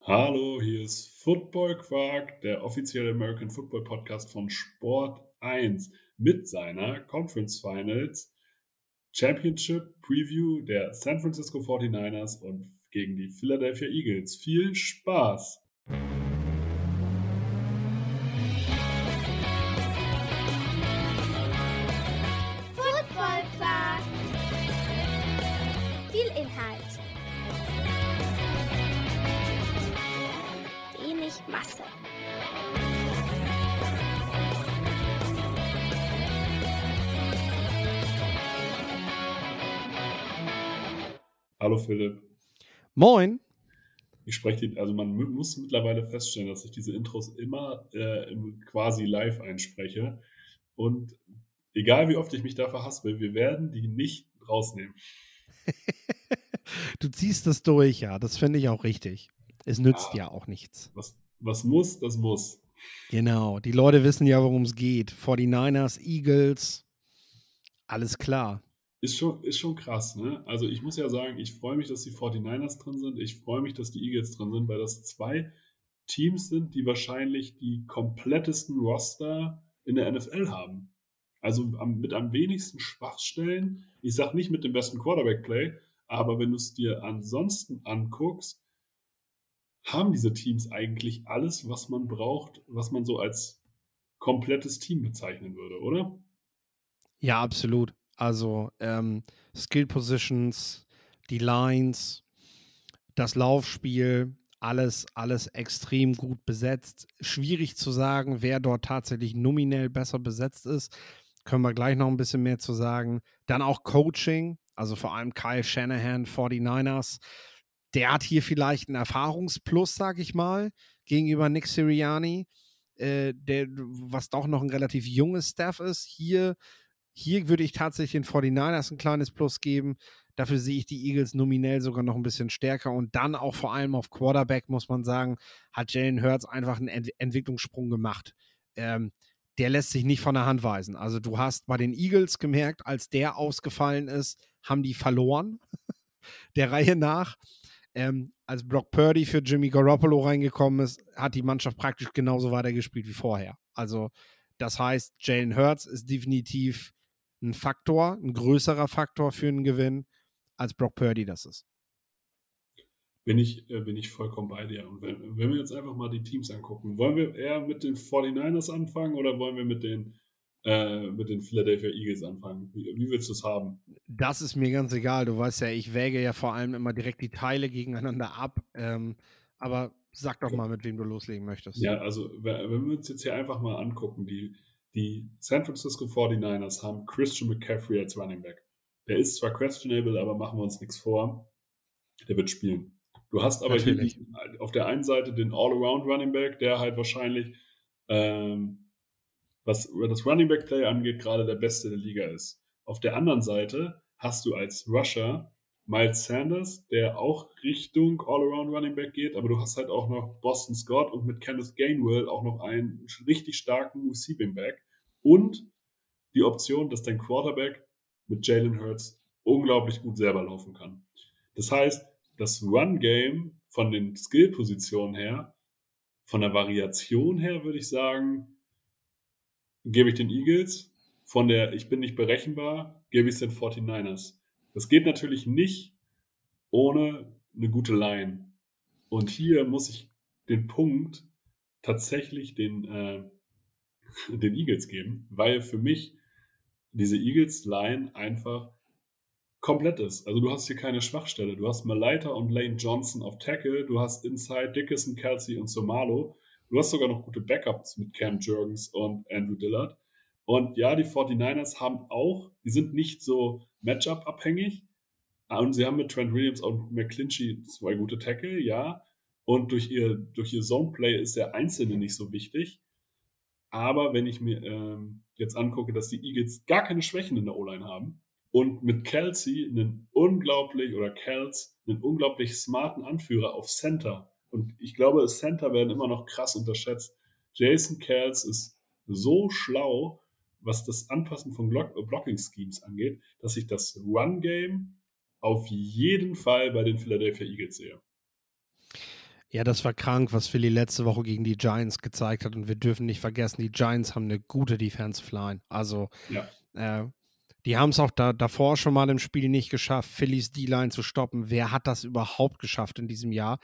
Hallo, hier ist Football Quark, der offizielle American Football Podcast von Sport 1 mit seiner Conference Finals Championship Preview der San Francisco 49ers und gegen die Philadelphia Eagles. Viel Spaß! Football Quark. Viel Inhalt. Wenig Masse. Hallo Philipp. Moin. Also man muss mittlerweile feststellen, dass ich diese Intros immer quasi live einspreche. Und egal wie oft ich mich da verhaspel, wir werden die nicht rausnehmen. Du ziehst das durch, ja. Das finde ich auch richtig. Es nützt ja auch nichts. Was muss, das muss. Genau. Die Leute wissen ja, worum es geht. 49ers, Eagles, alles klar. Ist schon krass, ne? Also ich muss ja sagen, ich freue mich, dass die 49ers drin sind. Ich freue mich, dass die Eagles drin sind, weil das zwei Teams sind, die wahrscheinlich die komplettesten Roster in der NFL haben. Also mit am wenigsten Schwachstellen. Ich sage nicht mit dem besten Quarterback-Play, aber wenn du es dir ansonsten anguckst, haben diese Teams eigentlich alles, was man braucht, was man so als komplettes Team bezeichnen würde, oder? Ja, absolut. Also Skill Positions, die Lines, das Laufspiel, alles extrem gut besetzt. Schwierig zu sagen, wer dort tatsächlich nominell besser besetzt ist. Können wir gleich noch ein bisschen mehr zu sagen. Dann auch Coaching, also vor allem Kyle Shanahan, 49ers. Der hat hier vielleicht einen Erfahrungsplus, sag ich mal, gegenüber Nick Sirianni, was doch noch ein relativ junges Staff ist. Hier würde ich tatsächlich den 49ers ein kleines Plus geben. Dafür sehe ich die Eagles nominell sogar noch ein bisschen stärker. Und dann auch vor allem auf Quarterback, muss man sagen, hat Jalen Hurts einfach einen Entwicklungssprung gemacht. Der lässt sich nicht von der Hand weisen. Also du hast bei den Eagles gemerkt, als der ausgefallen ist, haben die verloren, der Reihe nach. Als Brock Purdy für Jimmy Garoppolo reingekommen ist, hat die Mannschaft praktisch genauso weitergespielt wie vorher. Also das heißt, Jalen Hurts ist definitiv ein Faktor, ein größerer Faktor für einen Gewinn, als Brock Purdy das ist. Bin ich vollkommen bei dir. Und wenn wir jetzt einfach mal die Teams angucken, wollen wir eher mit den 49ers anfangen oder wollen wir mit den Philadelphia Eagles anfangen? Wie willst du es haben? Das ist mir ganz egal. Du weißt ja, ich wäge ja vor allem immer direkt die Teile gegeneinander ab. Aber sag doch mal, mit wem du loslegen möchtest. Ja, also wenn wir uns jetzt hier einfach mal angucken, die San Francisco 49ers haben Christian McCaffrey als Running Back. Der ist zwar questionable, aber machen wir uns nichts vor. Der wird spielen. Du hast aber hier auf der einen Seite den All-Around Running Back, der halt wahrscheinlich, was das Running Back Play angeht, gerade der Beste der Liga ist. Auf der anderen Seite hast du als Rusher Miles Sanders, der auch Richtung All-Around Running Back geht, aber du hast halt auch noch Boston Scott und mit Kenneth Gainwell auch noch einen richtig starken Receiving Back und die Option, dass dein Quarterback mit Jalen Hurts unglaublich gut selber laufen kann. Das heißt, das Run-Game von den Skill-Positionen her, von der Variation her, würde ich sagen, gebe ich den Eagles. Von der ich bin nicht berechenbar, gebe ich es den 49ers. Das geht natürlich nicht ohne eine gute Line. Und hier muss ich den Punkt tatsächlich den Eagles geben, weil für mich diese Eagles-Line einfach komplett ist. Also du hast hier keine Schwachstelle. Du hast Malaita und Lane Johnson auf Tackle, du hast Inside Dickerson, Kelsey und Somalo. Du hast sogar noch gute Backups mit Cam Jurgens und Andrew Dillard. Und ja, die 49ers haben auch, die sind nicht so Matchup-abhängig. Und sie haben mit Trent Williams und McClinchy zwei gute Tackle, ja. Und durch ihr Zone-Play ist der Einzelne nicht so wichtig. Aber wenn ich mir jetzt angucke, dass die Eagles gar keine Schwächen in der O-Line haben und mit Kelsey einen unglaublich smarten Anführer auf Center. Und ich glaube, Center werden immer noch krass unterschätzt. Jason Kelsey ist so schlau, was das Anpassen von Blocking-Schemes angeht, dass ich das Run-Game auf jeden Fall bei den Philadelphia Eagles sehe. Ja, das war krank, was Philly letzte Woche gegen die Giants gezeigt hat. Und wir dürfen nicht vergessen, die Giants haben eine gute Defensive Line. Also, Ja. die haben es auch davor schon mal im Spiel nicht geschafft, Phillys D-Line zu stoppen. Wer hat das überhaupt geschafft in diesem Jahr?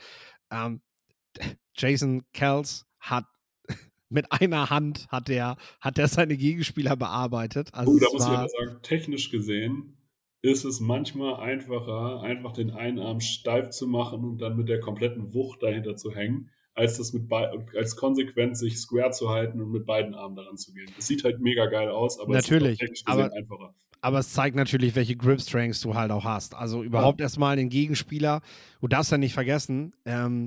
Jason Kells hat mit einer Hand hat er seine Gegenspieler bearbeitet. Also Da es muss ich aber war sagen, technisch gesehen ist es manchmal einfacher, einfach den einen Arm steif zu machen und dann mit der kompletten Wucht dahinter zu hängen, als das als konsequent sich square zu halten und mit beiden Armen daran zu gehen. Es sieht halt mega geil aus, aber es ist auch natürlich, technisch gesehen einfacher. aber es zeigt natürlich, welche Grip Strengths du halt auch hast. Also überhaupt erstmal den Gegenspieler, du darfst ja nicht vergessen,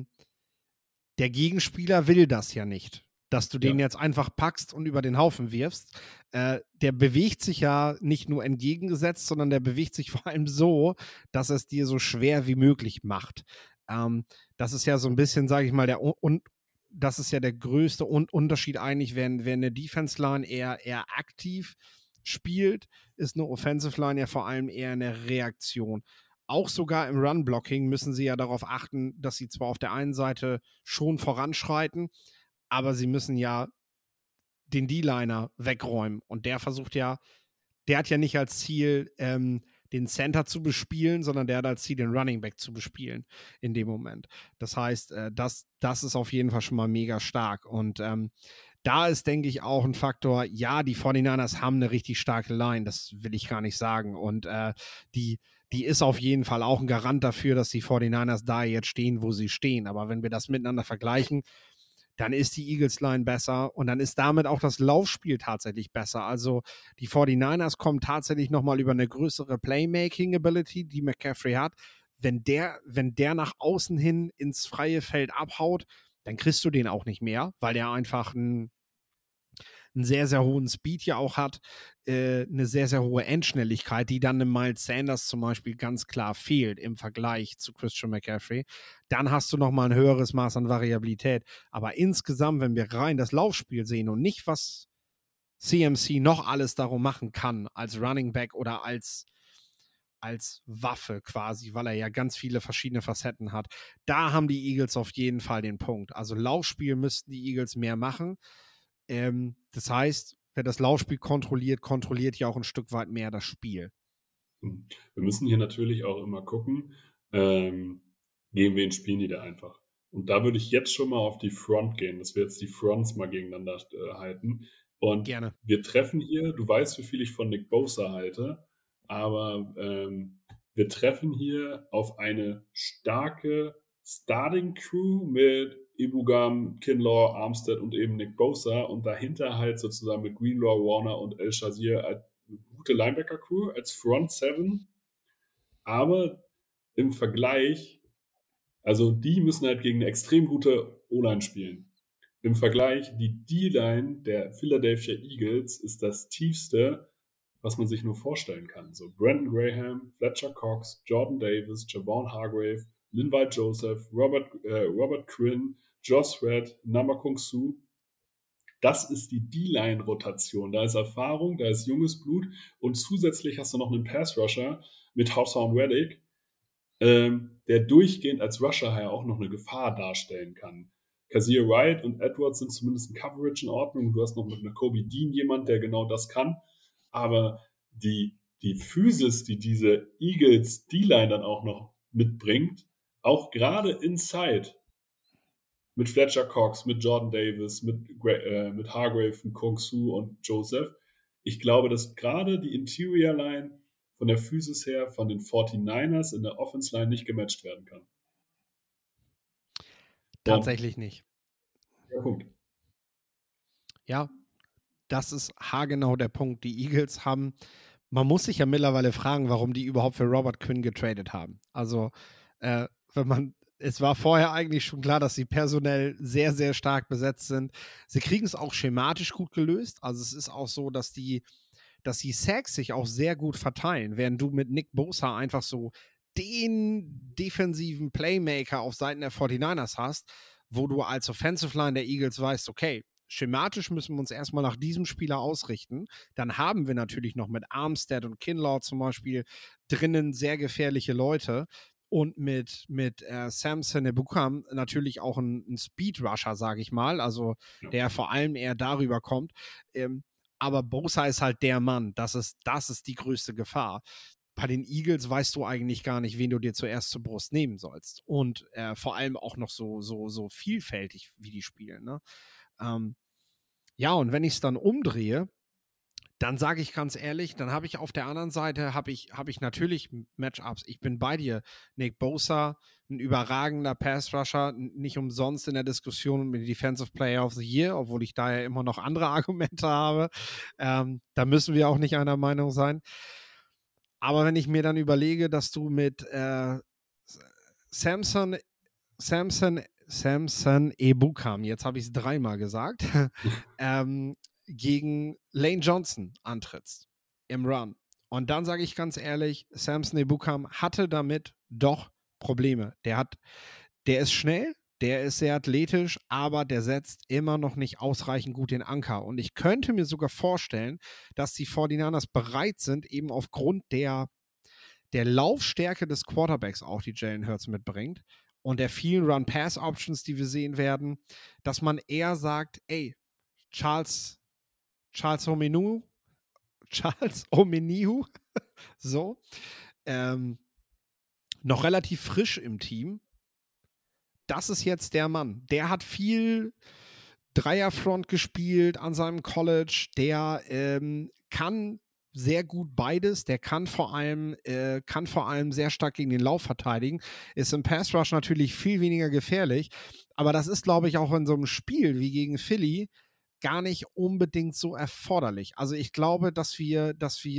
der Gegenspieler will das ja nicht, dass du den jetzt einfach packst und über den Haufen wirfst. Der bewegt sich ja nicht nur entgegengesetzt, sondern der bewegt sich vor allem so, dass es dir so schwer wie möglich macht. Das ist ja so ein bisschen, sage ich mal, das ist ja der größte Unterschied eigentlich, wenn eine Defense Line eher aktiv spielt, ist eine Offensive Line ja vor allem eher eine Reaktion. Auch sogar im Run-Blocking müssen sie ja darauf achten, dass sie zwar auf der einen Seite schon voranschreiten, aber sie müssen ja den D-Liner wegräumen. Und der hat ja nicht als Ziel, den Center zu bespielen, sondern der hat als Ziel, den Running Back zu bespielen in dem Moment. Das heißt, das ist auf jeden Fall schon mal mega stark. Und da ist, denke ich, auch ein Faktor, ja, die 49ers haben eine richtig starke Line, das will ich gar nicht sagen. Und die ist auf jeden Fall auch ein Garant dafür, dass die 49ers da jetzt stehen, wo sie stehen. Aber wenn wir das miteinander vergleichen, dann ist die Eagles-Line besser und dann ist damit auch das Laufspiel tatsächlich besser. Also die 49ers kommen tatsächlich nochmal über eine größere Playmaking-Ability, die McCaffrey hat. Wenn der nach außen hin ins freie Feld abhaut, dann kriegst du den auch nicht mehr, weil der einfach einen sehr, sehr hohen Speed ja auch hat, eine sehr, sehr hohe Endschnelligkeit, die dann einem Miles Sanders zum Beispiel ganz klar fehlt im Vergleich zu Christian McCaffrey. Dann hast du nochmal ein höheres Maß an Variabilität. Aber insgesamt, wenn wir rein das Laufspiel sehen und nicht, was CMC noch alles darum machen kann, als Running Back oder als Waffe quasi, weil er ja ganz viele verschiedene Facetten hat, da haben die Eagles auf jeden Fall den Punkt. Also Laufspiel müssten die Eagles mehr machen. Das heißt, wer das Laufspiel kontrolliert ja auch ein Stück weit mehr das Spiel. Wir müssen hier natürlich auch immer gucken, gegen wen spielen die da einfach. Und da würde ich jetzt schon mal auf die Front gehen, dass wir jetzt die Fronts mal gegeneinander halten. Und Gerne. Wir treffen hier, du weißt, wie viel ich von Nick Bosa halte, aber wir treffen hier auf eine starke Starting Crew mit Ibugam, Kinlaw, Armstead und eben Nick Bosa und dahinter halt sozusagen mit Greenlaw, Warner und El Shazier als gute Linebacker-Crew als Front Seven. Aber im Vergleich, also die müssen halt gegen eine extrem gute O-Line spielen. Im Vergleich, die D-Line der Philadelphia Eagles ist das tiefste, was man sich nur vorstellen kann. So Brandon Graham, Fletcher Cox, Jordan Davis, Javon Hargrave, Linval Joseph, Robert Quinn, Josh Red, Namakung Su. Das ist die D-Line-Rotation. Da ist Erfahrung, da ist junges Blut und zusätzlich hast du noch einen Pass-Rusher mit Hassan Reddick, der durchgehend als Rusher ja auch noch eine Gefahr darstellen kann. Kazir Wright und Edwards sind zumindest in Coverage in Ordnung. Du hast noch mit einer Kobe Dean jemand, der genau das kann. Aber die Physis, die diese Eagles D-Line dann auch noch mitbringt, auch gerade inside, mit Fletcher Cox, mit Jordan Davis, mit Hargrave, Kung Su und Joseph. Ich glaube, dass gerade die Interior Line von der Physis her von den 49ers in der Offense Line nicht gematcht werden kann. Tatsächlich nicht. Der Punkt. Ja, das ist haargenau der Punkt. Die Eagles haben, man muss sich ja mittlerweile fragen, warum die überhaupt für Robert Quinn getradet haben. Also, es war vorher eigentlich schon klar, dass sie personell sehr, sehr stark besetzt sind. Sie kriegen es auch schematisch gut gelöst. Also es ist auch so, dass die Sacks sich auch sehr gut verteilen, während du mit Nick Bosa einfach so den defensiven Playmaker auf Seiten der 49ers hast, wo du als Offensive Line der Eagles weißt, okay, schematisch müssen wir uns erstmal nach diesem Spieler ausrichten. Dann haben wir natürlich noch mit Armstead und Kinlaw zum Beispiel drinnen sehr gefährliche Leute. und mit Samson Ebukam natürlich auch ein Speed-Rusher, sage ich mal, also der vor allem eher darüber kommt. Aber Bosa ist halt der Mann, das ist die größte Gefahr. Bei den Eagles weißt du eigentlich gar nicht, wen du dir zuerst zur Brust nehmen sollst. Und vor allem auch noch so vielfältig, wie die spielen. Ne? Ja, und wenn ich es dann umdrehe, dann sage ich ganz ehrlich, dann habe ich auf der anderen Seite habe ich natürlich Matchups. Ich bin bei dir. Nick Bosa, ein überragender Pass-Rusher, nicht umsonst in der Diskussion mit Defensive Player of the Year, obwohl ich da ja immer noch andere Argumente habe. Da müssen wir auch nicht einer Meinung sein. Aber wenn ich mir dann überlege, dass du mit Samson Ebukam, jetzt habe ich es dreimal gesagt, gegen Lane Johnson antrittst im Run. Und dann sage ich ganz ehrlich, Samson Ebukam hatte damit doch Probleme. Der ist schnell, der ist sehr athletisch, aber der setzt immer noch nicht ausreichend gut den Anker. Und ich könnte mir sogar vorstellen, dass die 49ers bereit sind, eben aufgrund der Laufstärke des Quarterbacks auch, die Jalen Hurts mitbringt, und der vielen Run-Pass-Options, die wir sehen werden, dass man eher sagt, ey, Charles Omenihu, so, noch relativ frisch im Team. Das ist jetzt der Mann. Der hat viel Dreierfront gespielt an seinem College. Der kann sehr gut beides. Der kann vor allem sehr stark gegen den Lauf verteidigen. Ist im Pass Rush natürlich viel weniger gefährlich. Aber das ist, glaube ich, auch in so einem Spiel wie gegen Philly gar nicht unbedingt so erforderlich. Also ich glaube, dass wir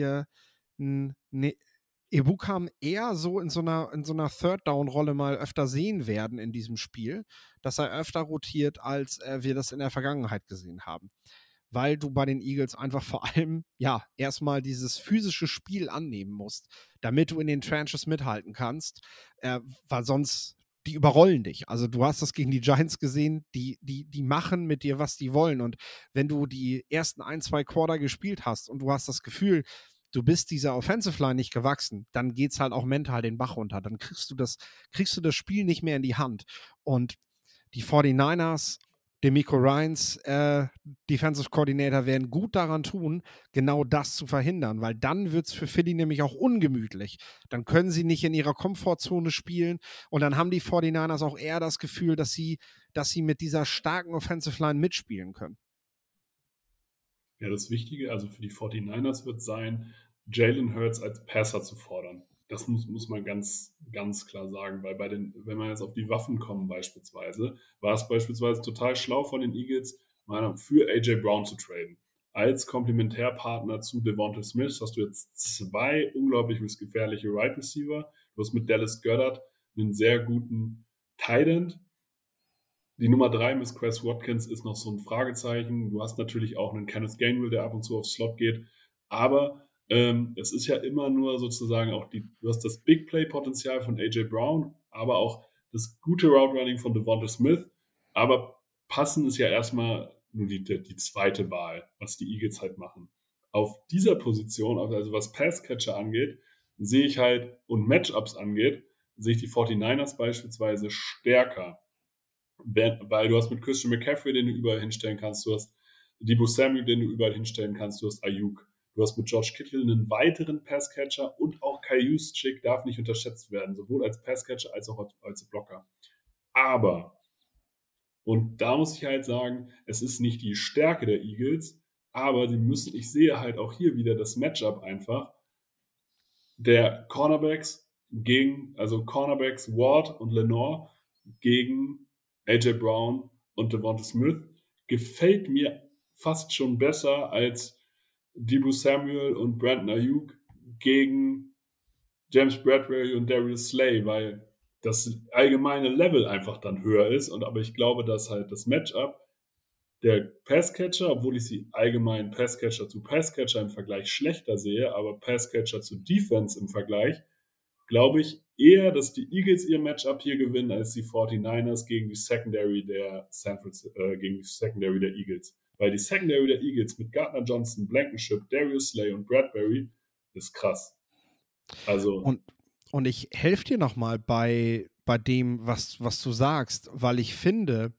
Ebukam eher so in so einer Third-Down-Rolle mal öfter sehen werden in diesem Spiel, dass er öfter rotiert, als wir das in der Vergangenheit gesehen haben. Weil du bei den Eagles einfach vor allem, ja, erstmal dieses physische Spiel annehmen musst, damit du in den Trenches mithalten kannst, weil sonst die überrollen dich. Also du hast das gegen die Giants gesehen, die machen mit dir, was die wollen. Und wenn du die ersten 1-2 Quarter gespielt hast und du hast das Gefühl, du bist dieser Offensive Line nicht gewachsen, dann geht's halt auch mental den Bach runter. Dann kriegst du das Spiel nicht mehr in die Hand. Und die 49ers, DeMeco Ryans Defensive Coordinator, werden gut daran tun, genau das zu verhindern, weil dann wird es für Philly nämlich auch ungemütlich. Dann können sie nicht in ihrer Komfortzone spielen und dann haben die 49ers auch eher das Gefühl, dass sie mit dieser starken Offensive Line mitspielen können. Ja, das Wichtige, also für die 49ers wird sein, Jalen Hurts als Passer zu fordern. Das muss man ganz, ganz klar sagen, weil wenn man jetzt auf die Waffen kommen beispielsweise, war es beispielsweise total schlau von den Eagles, für AJ Brown zu traden. Als Komplementärpartner zu Devonta Smith hast du jetzt 2 unglaublich gefährliche Wide Receiver. Du hast mit Dallas Goedert einen sehr guten Tight End. Die Nummer 3, Miss Chris Watkins, ist noch so ein Fragezeichen. Du hast natürlich auch einen Kenneth Gainwell, der ab und zu aufs Slot geht. Aber es ist ja immer nur sozusagen auch du hast das Big Play-Potenzial von AJ Brown, aber auch das gute Route Running von Devonta Smith. Aber passen ist ja erstmal nur die zweite Wahl, was die Eagles halt machen. Auf dieser Position, also was Passcatcher angeht, sehe ich halt, und Matchups angeht, sehe ich die 49ers beispielsweise stärker. Weil du hast mit Christian McCaffrey, den du überall hinstellen kannst, du hast Deebo Samuel, den du überall hinstellen kannst, du hast Ayuk, du hast mit George Kittle einen weiteren Passcatcher und auch Kai Juszczyk darf nicht unterschätzt werden, sowohl als Passcatcher als auch als Blocker. Aber, und da muss ich halt sagen, es ist nicht die Stärke der Eagles, aber ich sehe halt auch hier wieder das Matchup einfach der Cornerbacks Cornerbacks Ward und Lenore gegen AJ Brown und Devonta Smith gefällt mir fast schon besser als Deebo Samuel und Brandon Ayuk gegen James Bradbury und Darius Slay, weil das allgemeine Level einfach dann höher ist. Aber ich glaube, dass halt das Matchup der Passcatcher, obwohl ich sie allgemein Passcatcher zu Passcatcher im Vergleich schlechter sehe, aber Passcatcher zu Defense im Vergleich, glaube ich eher, dass die Eagles ihr Matchup hier gewinnen, als die 49ers gegen die Secondary der Eagles. Weil die Secondary der Eagles mit Gardner Johnson, Blankenship, Darius Slay und Bradbury ist krass. Also und ich helfe dir nochmal bei dem, was du sagst, weil ich finde,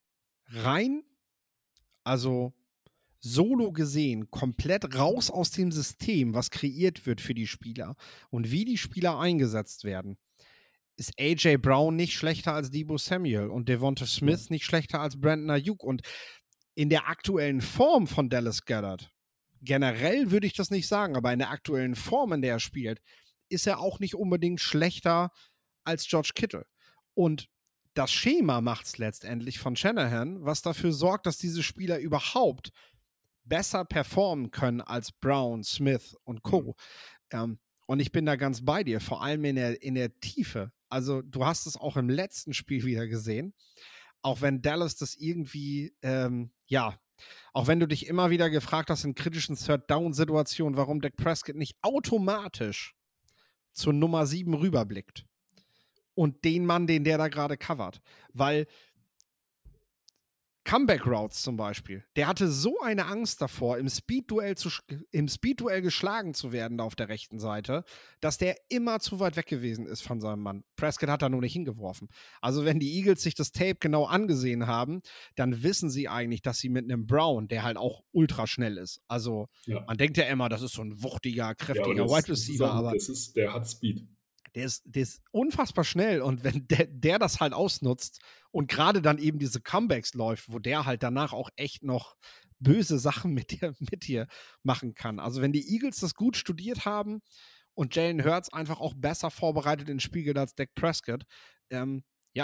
also solo gesehen, komplett raus aus dem System, was kreiert wird für die Spieler und wie die Spieler eingesetzt werden, ist A.J. Brown nicht schlechter als Deebo Samuel und Devonta Smith nicht schlechter als Brandon Ayuk. Und in der aktuellen Form von Dallas Goedert, generell würde ich das nicht sagen, aber in der aktuellen Form, in der er spielt, ist er auch nicht unbedingt schlechter als George Kittle. Und das Schema macht es letztendlich von Shanahan, was dafür sorgt, dass diese Spieler überhaupt besser performen können als Brown, Smith und Co. Und ich bin da ganz bei dir, vor allem in der Tiefe. Also du hast es auch im letzten Spiel wieder gesehen, auch wenn Dallas das irgendwie, auch wenn du dich immer wieder gefragt hast in kritischen Third-Down-Situationen, warum Dak Prescott nicht automatisch zur Nummer 7 rüberblickt und den Mann, den der da gerade covert. Weil Comeback-Routes zum Beispiel, der hatte so eine Angst davor, im Speed-Duell geschlagen zu werden da auf der rechten Seite, dass der immer zu weit weg gewesen ist von seinem Mann. Prescott hat da nur nicht hingeworfen. Also wenn die Eagles sich das Tape genau angesehen haben, dann wissen sie eigentlich, dass sie mit einem Brown, der halt auch ultra schnell ist. Also man denkt ja immer, das ist so ein wuchtiger, kräftiger Wide Receiver, aber der hat Speed. Der ist unfassbar schnell und wenn der das halt ausnutzt und gerade dann eben diese Comebacks läuft, wo der halt danach auch echt noch böse Sachen mit dir machen kann. Also wenn die Eagles das gut studiert haben und Jalen Hurts einfach auch besser vorbereitet ins Spiel geht als Dak Prescott, dann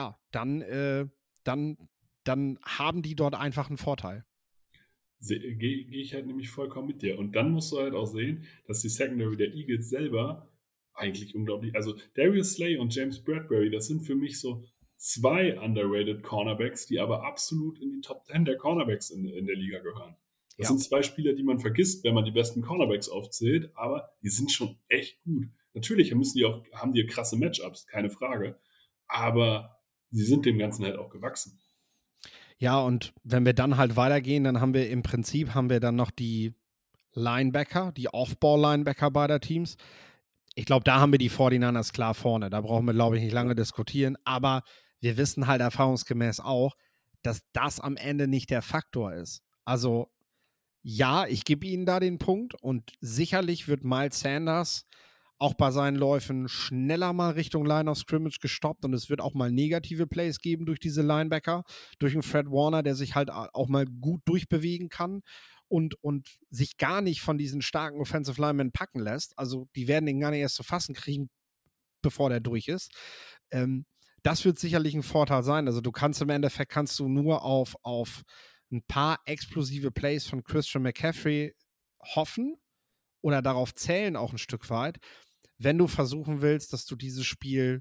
haben die dort einfach einen Vorteil. Gehe ich halt nämlich vollkommen mit dir. Und dann musst du halt auch sehen, dass die Secondary der Eagles selber eigentlich unglaublich, also Darius Slay und James Bradbury, das sind für mich so 2 underrated Cornerbacks, die aber absolut in die Top 10 der Cornerbacks in der Liga gehören. Das sind 2 Spieler, die man vergisst, wenn man die besten Cornerbacks aufzählt, aber die sind schon echt gut. Natürlich haben die krasse Matchups, keine Frage, aber sie sind dem Ganzen halt auch gewachsen. Ja, und wenn wir dann halt weitergehen, dann haben wir im Prinzip dann noch die Linebacker, die Off-Ball-Linebacker beider Teams. Ich glaube, da haben wir die 49ers klar vorne. Da brauchen wir, glaube ich, nicht lange diskutieren. Aber wir wissen halt erfahrungsgemäß auch, dass das am Ende nicht der Faktor ist. Also, ja, ich gebe Ihnen da den Punkt. Und sicherlich wird Miles Sanders auch bei seinen Läufen schneller mal Richtung Line of Scrimmage gestoppt. Und es wird auch mal negative Plays geben durch diese Linebacker. Durch einen Fred Warner, der sich halt auch mal gut durchbewegen kann. Und sich gar nicht von diesen starken Offensive Linemen packen lässt. Also die werden den gar nicht erst zu fassen kriegen, bevor der durch ist. Das wird sicherlich ein Vorteil sein. Also du kannst im Endeffekt nur auf ein paar explosive Plays von Christian McCaffrey hoffen oder darauf zählen auch ein Stück weit, wenn du versuchen willst, dass du dieses Spiel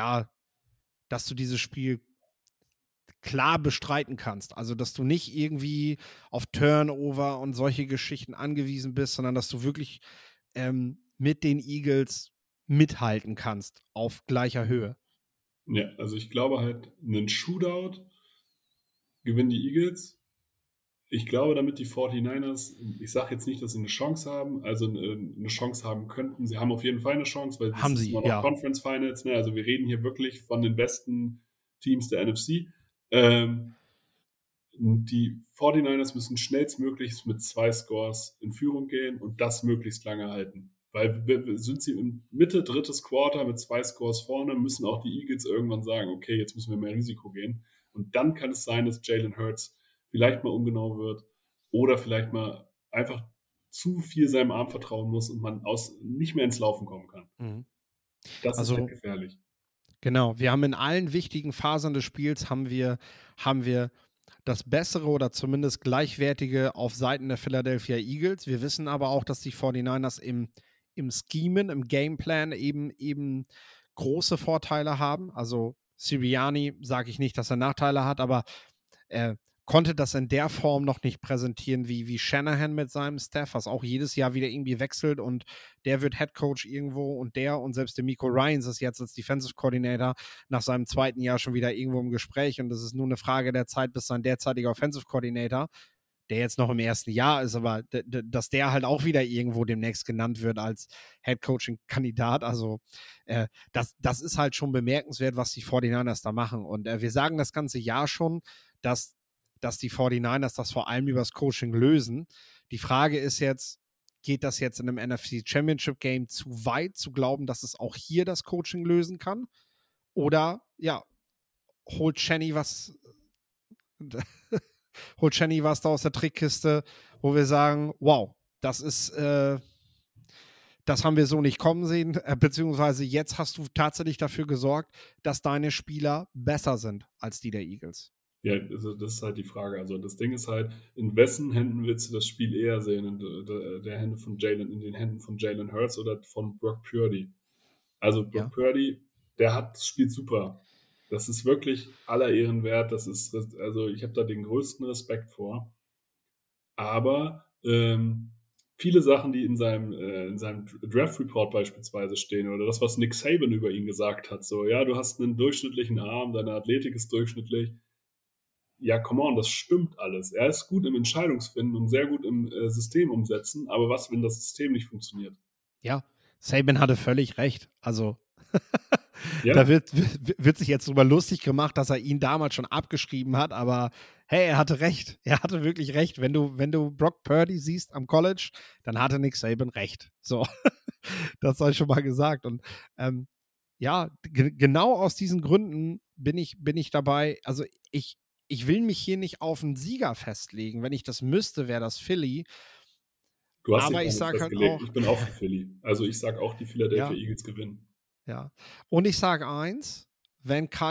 klar bestreiten kannst. Also, dass du nicht irgendwie auf Turnover und solche Geschichten angewiesen bist, sondern dass du wirklich mit den Eagles mithalten kannst auf gleicher Höhe. Ja, also ich glaube halt, einen Shootout gewinnen die Eagles. Ich glaube, damit die 49ers, ich sage jetzt nicht, dass sie eine Chance haben, also eine Chance haben könnten. Sie haben auf jeden Fall eine Chance, weil das ist immer noch Conference Finals. Ne? Also wir reden hier wirklich von den besten Teams der NFC. Die 49ers müssen schnellstmöglich mit 2 Scores in Führung gehen und das möglichst lange halten. Weil sind sie im Mitte, drittes Quarter mit 2 Scores vorne, müssen auch die Eagles irgendwann sagen, okay, jetzt müssen wir mehr Risiko gehen. Und dann kann es sein, dass Jalen Hurts vielleicht mal ungenau wird oder vielleicht mal einfach zu viel seinem Arm vertrauen muss und man nicht mehr ins Laufen kommen kann. Mhm. Das ist halt gefährlich. Genau, wir haben in allen wichtigen Phasen des Spiels haben wir das Bessere oder zumindest Gleichwertige auf Seiten der Philadelphia Eagles. Wir wissen aber auch, dass die 49ers im Schemen, im Gameplan eben große Vorteile haben. Also Sirianni, sage ich nicht, dass er Nachteile hat, aber konnte das in der Form noch nicht präsentieren wie Shanahan mit seinem Staff, was auch jedes Jahr wieder irgendwie wechselt und der wird Headcoach irgendwo und selbst der Miko Ryans ist jetzt als Defensive Coordinator nach seinem 2. Jahr schon wieder irgendwo im Gespräch und das ist nur eine Frage der Zeit, bis sein derzeitiger Offensive Coordinator, der jetzt noch im ersten Jahr ist, aber dass der halt auch wieder irgendwo demnächst genannt wird als Head-Coaching-Kandidat. Also das ist halt schon bemerkenswert, was die 49ers da machen. Und wir sagen das ganze Jahr schon, dass die 49ers das vor allem übers Coaching lösen. Die Frage ist jetzt, geht das jetzt in einem NFC Championship Game zu weit, zu glauben, dass es auch hier das Coaching lösen kann? Oder, ja, holt Shanny was da aus der Trickkiste, wo wir sagen, wow, das ist, das haben wir so nicht kommen sehen, beziehungsweise jetzt hast du tatsächlich dafür gesorgt, dass deine Spieler besser sind als die der Eagles. Ja, also das ist halt die Frage. Also das Ding ist halt, in wessen Händen willst du das Spiel eher sehen? In den Händen von Jalen Hurts oder von Brock Purdy? Also Brock Purdy, der spielt super. Das ist wirklich aller Ehren wert. Also ich habe da den größten Respekt vor. Aber viele Sachen, die in seinem Draft Report beispielsweise stehen oder das, was Nick Saban über ihn gesagt hat, so, ja, du hast einen durchschnittlichen Arm, deine Athletik ist durchschnittlich. Ja, come on, das stimmt alles. Er ist gut im Entscheidungsfinden und sehr gut im System umsetzen, aber was, wenn das System nicht funktioniert? Ja, Saban hatte völlig recht. Also Ja. da wird sich jetzt drüber lustig gemacht, dass er ihn damals schon abgeschrieben hat, aber hey, er hatte recht. Er hatte wirklich recht. Wenn du Brock Purdy siehst am College, dann hatte Nick Saban recht. So, das sei schon mal gesagt. Und ja, genau aus diesen Gründen bin ich dabei. Also ich will mich hier nicht auf einen Sieger festlegen. Wenn ich das müsste, wäre das Philly. Du hast Aber dich ich gar nicht sage halt festgelegt. auch, Ich bin auch für Philly. Also ich sage auch, die Philadelphia Eagles gewinnen. Ja. Und ich sage eins, wenn die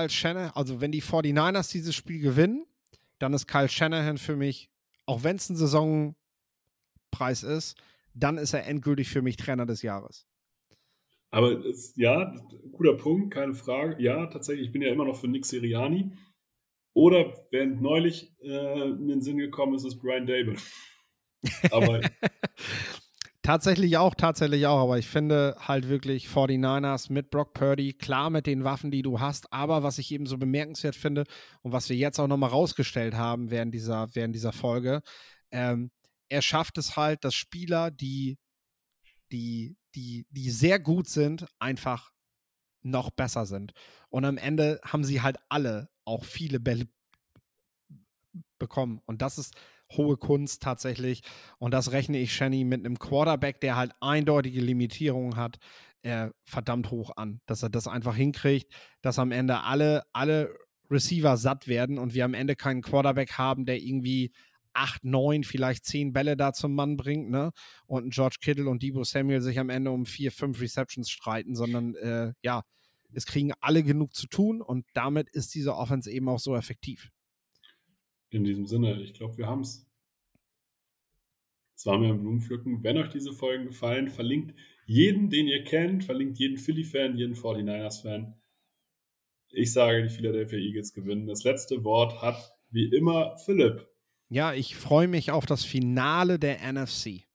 49ers dieses Spiel gewinnen, dann ist Kyle Shanahan für mich, auch wenn es ein Saisonpreis ist, dann ist er endgültig für mich Trainer des Jahres. Aber guter Punkt, keine Frage. Ja, tatsächlich, ich bin ja immer noch für Nick Sirianni. Oder, wer neulich in den Sinn gekommen ist Brian Dable. Aber Tatsächlich auch, aber ich finde halt wirklich 49ers mit Brock Purdy, klar mit den Waffen, die du hast, aber was ich eben so bemerkenswert finde und was wir jetzt auch nochmal rausgestellt haben während dieser Folge, er schafft es halt, dass Spieler, die sehr gut sind, einfach noch besser sind. Und am Ende haben sie halt alle auch viele Bälle bekommen. Und das ist hohe Kunst tatsächlich. Und das rechne ich Shanny mit einem Quarterback, der halt eindeutige Limitierungen hat, verdammt hoch an. Dass er das einfach hinkriegt, dass am Ende alle Receiver satt werden und wir am Ende keinen Quarterback haben, der irgendwie 8, 9, vielleicht 10 Bälle da zum Mann bringt, ne? Und ein George Kittle und Deebo Samuel sich am Ende um 4, 5 Receptions streiten, sondern es kriegen alle genug zu tun und damit ist diese Offense eben auch so effektiv. In diesem Sinne, ich glaube, wir haben es. Es war mir ein Blumenpflücken. Wenn euch diese Folgen gefallen, verlinkt jeden, den ihr kennt, verlinkt jeden Philly-Fan, jeden 49ers-Fan. Ich sage, die Philadelphia Eagles gewinnen. Das letzte Wort hat wie immer Philipp. Ja, ich freue mich auf das Finale der NFC.